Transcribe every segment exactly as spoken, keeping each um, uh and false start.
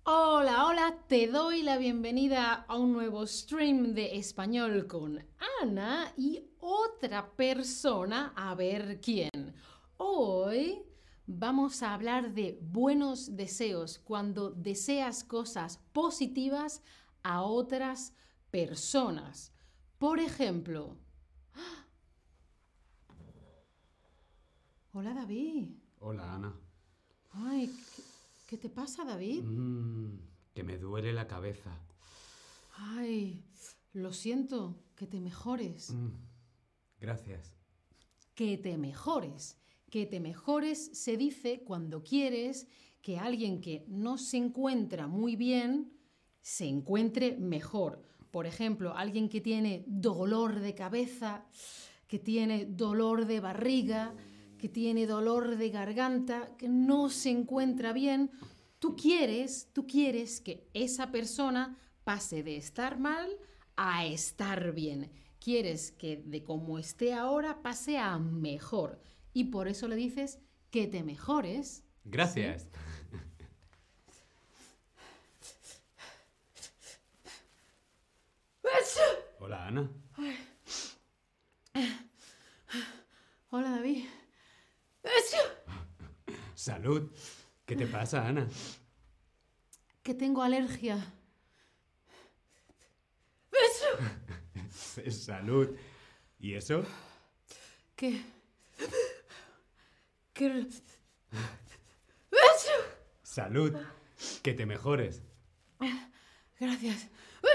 Hola, hola, te doy la bienvenida a un nuevo stream de español con Ana y otra persona, a ver quién. Hoy vamos a hablar de buenos deseos, cuando deseas cosas positivas a otras personas. Por ejemplo, hola David. Hola, Ana. Ay, ¿qué, qué te pasa, David? Mm, que me duele la cabeza. Ay, lo siento, que te mejores. Mm, gracias. Que te mejores. Que te mejores se dice cuando quieres que alguien que no se encuentra muy bien se encuentre mejor. Por ejemplo, alguien que tiene dolor de cabeza, que tiene dolor de barriga, que tiene dolor de garganta, que no se encuentra bien, tú quieres, tú quieres que esa persona pase de estar mal a estar bien. Quieres que de como esté ahora pase a mejor. Y por eso le dices que te mejores. ¿Sí? Gracias. Hola, Ana. Hola, David. Salud. ¿Qué te pasa, Ana? Que tengo alergia. Salud. ¿Y eso? Que... que... Salud. Que te mejores. Gracias.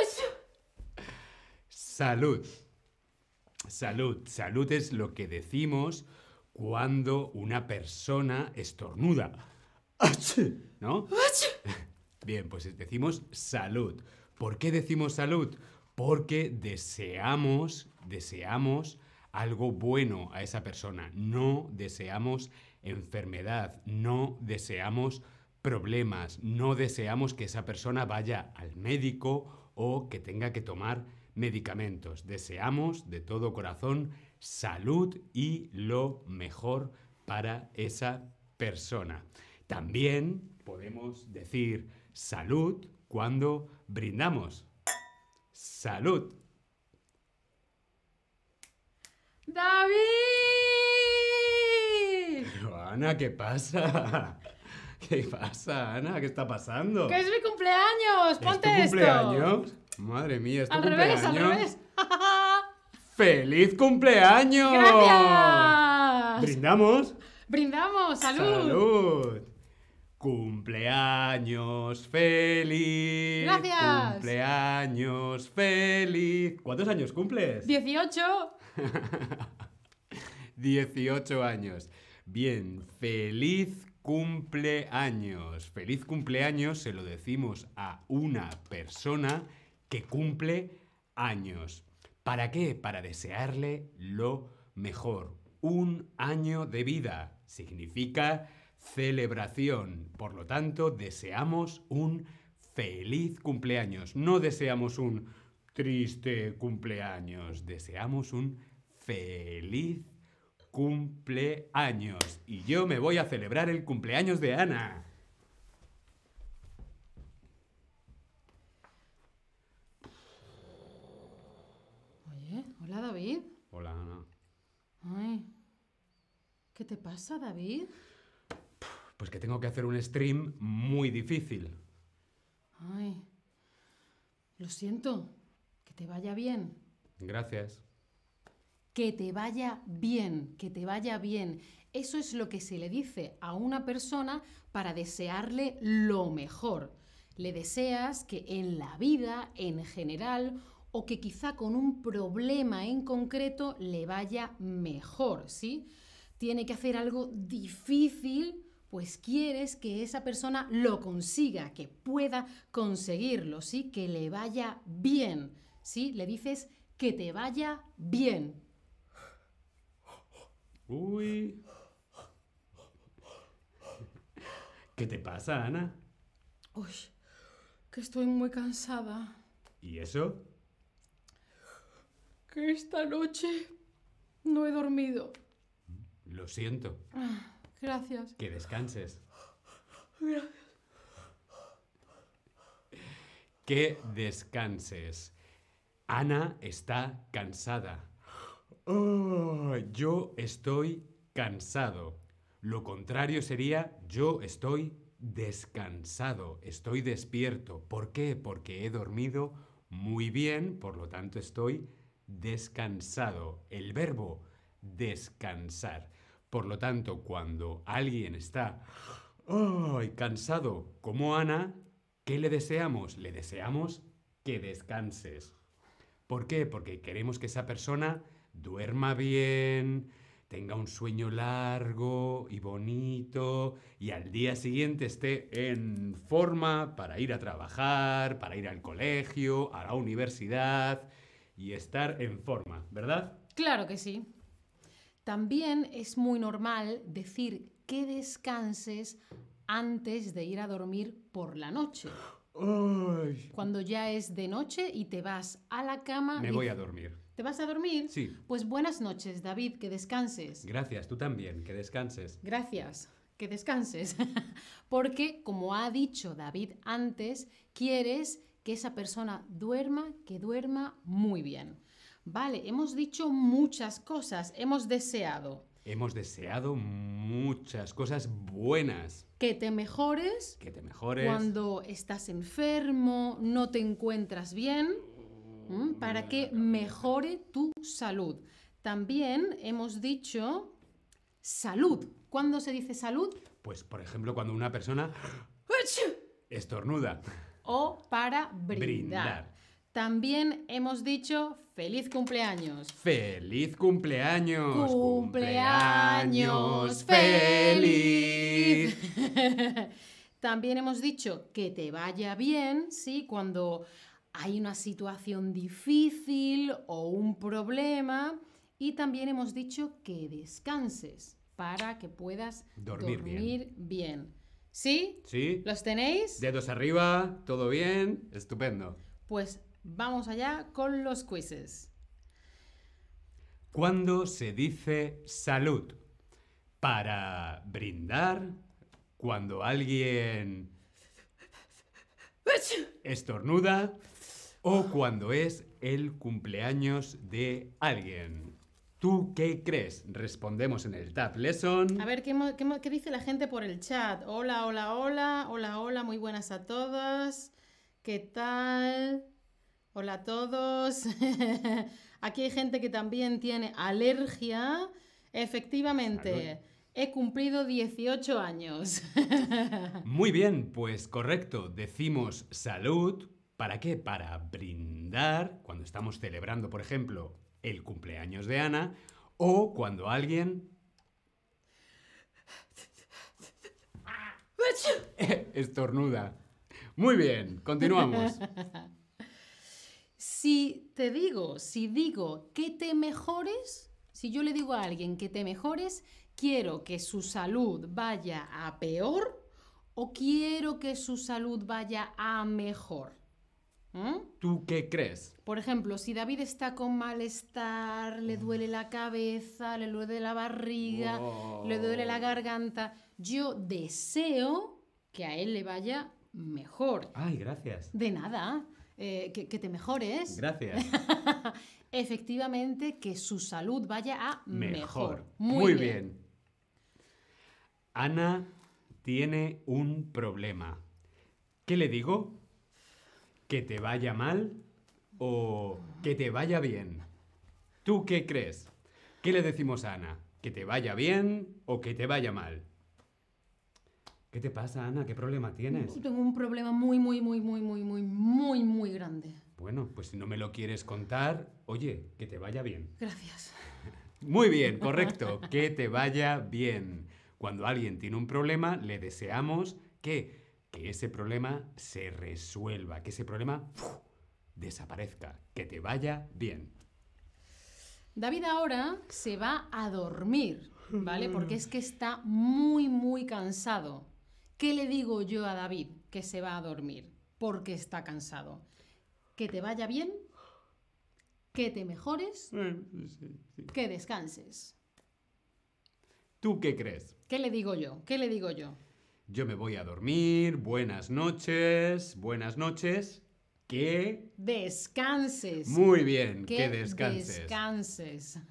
Salud. Salud. Salud es lo que decimos cuando una persona estornuda. ¡Achí! ¿No? Bien, pues decimos salud. ¿Por qué decimos salud? Porque deseamos, deseamos algo bueno a esa persona. No deseamos enfermedad, no deseamos problemas, no deseamos que esa persona vaya al médico o que tenga que tomar medicamentos. Deseamos de todo corazón salud y lo mejor para esa persona. También podemos decir salud cuando brindamos. Salud. ¡David! Pero Ana, ¿qué pasa? ¿Qué pasa, Ana? ¿Qué está pasando? ¡Que es mi cumpleaños! ¿Es tu ¡Ponte esto! cumpleaños? Madre mía, ¿es tu Al revés, al cumpleaños? revés. ¡Feliz cumpleaños! ¡Gracias! ¿Brindamos? ¡Brindamos! ¡Salud! ¡Salud! Cumpleaños feliz, ¡Gracias! cumpleaños feliz. ¿Cuántos años cumples? ¡dieciocho! dieciocho años. Bien, feliz cumpleaños. Feliz cumpleaños se lo decimos a una persona que cumple años. ¿Para qué? Para desearle lo mejor. Un año de vida significa celebración. Por lo tanto, deseamos un feliz cumpleaños. No deseamos un triste cumpleaños. Deseamos un feliz cumpleaños. Y yo me voy a celebrar el cumpleaños de Ana. Oye, hola David. Hola, Ana. Ay, ¿qué te pasa, David? Pues que tengo que hacer un stream muy difícil. Ay, lo siento. Que te vaya bien. Gracias. Que te vaya bien, que te vaya bien. Eso es lo que se le dice a una persona para desearle lo mejor. Le deseas que en la vida, en general, o que quizá con un problema en concreto le vaya mejor, ¿sí? Tiene que hacer algo difícil, pues quieres que esa persona lo consiga, que pueda conseguirlo, ¿sí? Que le vaya bien, ¿sí? Le dices que te vaya bien. Uy. ¿Qué te pasa, Ana? Uy, que estoy muy cansada. ¿Y eso? Que esta noche no he dormido. Lo siento. Gracias. Que descanses. Gracias. que descanses. Ana está cansada. Oh, yo estoy cansado. Lo contrario sería yo estoy descansado, estoy despierto. ¿Por qué? Porque he dormido muy bien, por lo tanto estoy descansado. El verbo descansar. Por lo tanto, cuando alguien está ¡ay, cansado como Ana! ¿Qué le deseamos? Le deseamos que descanses. ¿Por qué? Porque queremos que esa persona duerma bien, tenga un sueño largo y bonito y al día siguiente esté en forma para ir a trabajar, para ir al colegio, a la universidad y estar en forma, ¿verdad? Claro que sí. También es muy normal decir que descanses antes de ir a dormir por la noche. Ay. Cuando ya es de noche y te vas a la cama... Me y- voy a dormir. ¿Te vas a dormir? Sí. Pues buenas noches, David, que descanses. Gracias, tú también, que descanses. Gracias, que descanses. Porque, como ha dicho David antes, quieres que esa persona duerma, que duerma muy bien. Vale, hemos dicho muchas cosas, hemos deseado Hemos deseado muchas cosas buenas. que te mejores Que te mejores. cuando estás enfermo, no te encuentras bien, ¿m? Para que mejore tu salud. También hemos dicho salud. ¿Cuándo se dice salud? Pues, por ejemplo, cuando una persona estornuda. O para brindar. Brindar. También hemos dicho feliz cumpleaños. ¡Feliz cumpleaños! ¡Cumpleaños feliz! También hemos dicho que te vaya bien, ¿sí? Cuando hay una situación difícil o un problema. Y también hemos dicho que descanses para que puedas Dormir dormir bien. ¿Sí? ¿Sí? ¿Los tenéis? Dedos arriba, todo bien, estupendo. Pues vamos allá con los quizzes. ¿Cuándo se dice salud? Para brindar, cuando alguien estornuda o cuando es el cumpleaños de alguien. ¿Tú qué crees? Respondemos en el Tab Lesson. A ver, ¿qué, mo- qué mo- qué dice la gente por el chat? Hola, hola, hola, hola, hola, muy buenas a todas. ¿Qué tal? Hola a todos. Aquí hay gente que también tiene alergia. Efectivamente, Salud. he cumplido dieciocho años. Muy bien, pues correcto. Decimos salud. ¿Para qué? Para brindar cuando estamos celebrando, por ejemplo, el cumpleaños de Ana o cuando alguien estornuda. Muy bien, continuamos. Si te digo, si digo que te mejores, si yo le digo a alguien que te mejores, quiero que su salud vaya a peor o quiero que su salud vaya a mejor. ¿Mm? ¿Tú qué crees? Por ejemplo, si David está con malestar, le duele la cabeza, le duele la barriga, Oh. le duele la garganta, yo deseo que a él le vaya mejor. Ay, gracias. De nada, eh, que, que te mejores. Gracias. Efectivamente, que su salud vaya a mejor. Mejor. Muy, Muy bien. bien. Ana tiene un problema. ¿Qué le digo? ¿Que te vaya mal o que te vaya bien? ¿Tú qué crees? ¿Qué le decimos a Ana? ¿Que te vaya bien o que te vaya mal? ¿Qué te pasa, Ana? ¿Qué problema tienes? Tengo un problema muy, muy, muy, muy, muy, muy, muy, muy grande. Bueno, pues si no me lo quieres contar, oye, que te vaya bien. Gracias. Muy bien, correcto. Que te vaya bien. Cuando alguien tiene un problema, le deseamos que, que ese problema se resuelva, que ese problema ¡fu! Desaparezca, que te vaya bien. David ahora se va a dormir, ¿vale? Porque es que está muy, muy cansado. ¿Qué le digo yo a David que se va a dormir? Porque está cansado. Que te vaya bien, que te mejores, que descanses. ¿Tú qué crees? ¿Qué le digo yo? ¿Qué le digo yo? Yo me voy a dormir, buenas noches, buenas noches. Que descanses. Muy bien, que, Que descanses. descanses.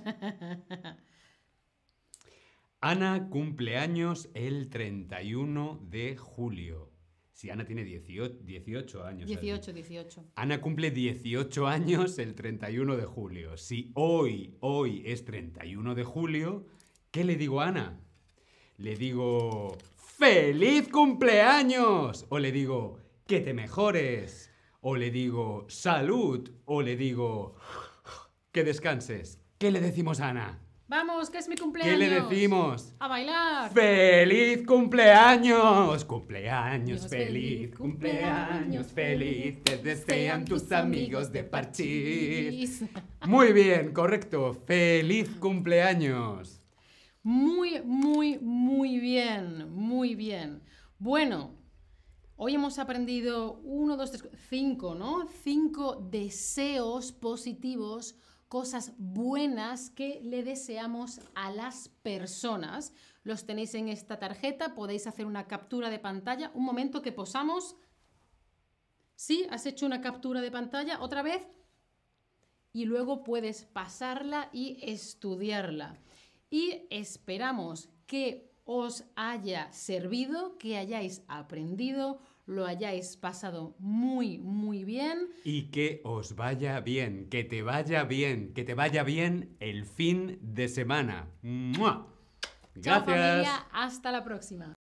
Ana cumple años el treinta y uno de julio. Si Ana tiene dieciocho, dieciocho años. dieciocho, dieciocho. Ana cumple dieciocho años el treinta y uno de julio. Si hoy, hoy es treinta y uno de julio, ¿qué le digo a Ana? Le digo, ¡feliz cumpleaños! O le digo, ¡que te mejores! O le digo, ¡salud! O le digo, ¡que descanses! ¿Qué le decimos a Ana? Vamos, que es mi ¿Qué cumpleaños. le decimos? A bailar. ¡Feliz cumpleaños! Cumpleaños Dios, feliz, cumpleaños feliz, te desean tus amigos de parchís. Muy bien, correcto. ¡Feliz cumpleaños! Muy, muy, muy bien, muy bien. Bueno, hoy hemos aprendido uno, dos, tres, cinco, ¿no? Cinco deseos positivos, cosas buenas que le deseamos a las personas. Los tenéis en esta tarjeta, podéis hacer una captura de pantalla. Un momento que posamos. ¿Sí? ¿Has hecho una captura de pantalla otra vez? Y luego puedes pasarla y estudiarla. Y esperamos que os haya servido, que hayáis aprendido, lo hayáis pasado muy, muy bien. Y que os vaya bien, que te vaya bien, que te vaya bien el fin de semana. ¡Mua! Chao, Gracias. familia, hasta la próxima.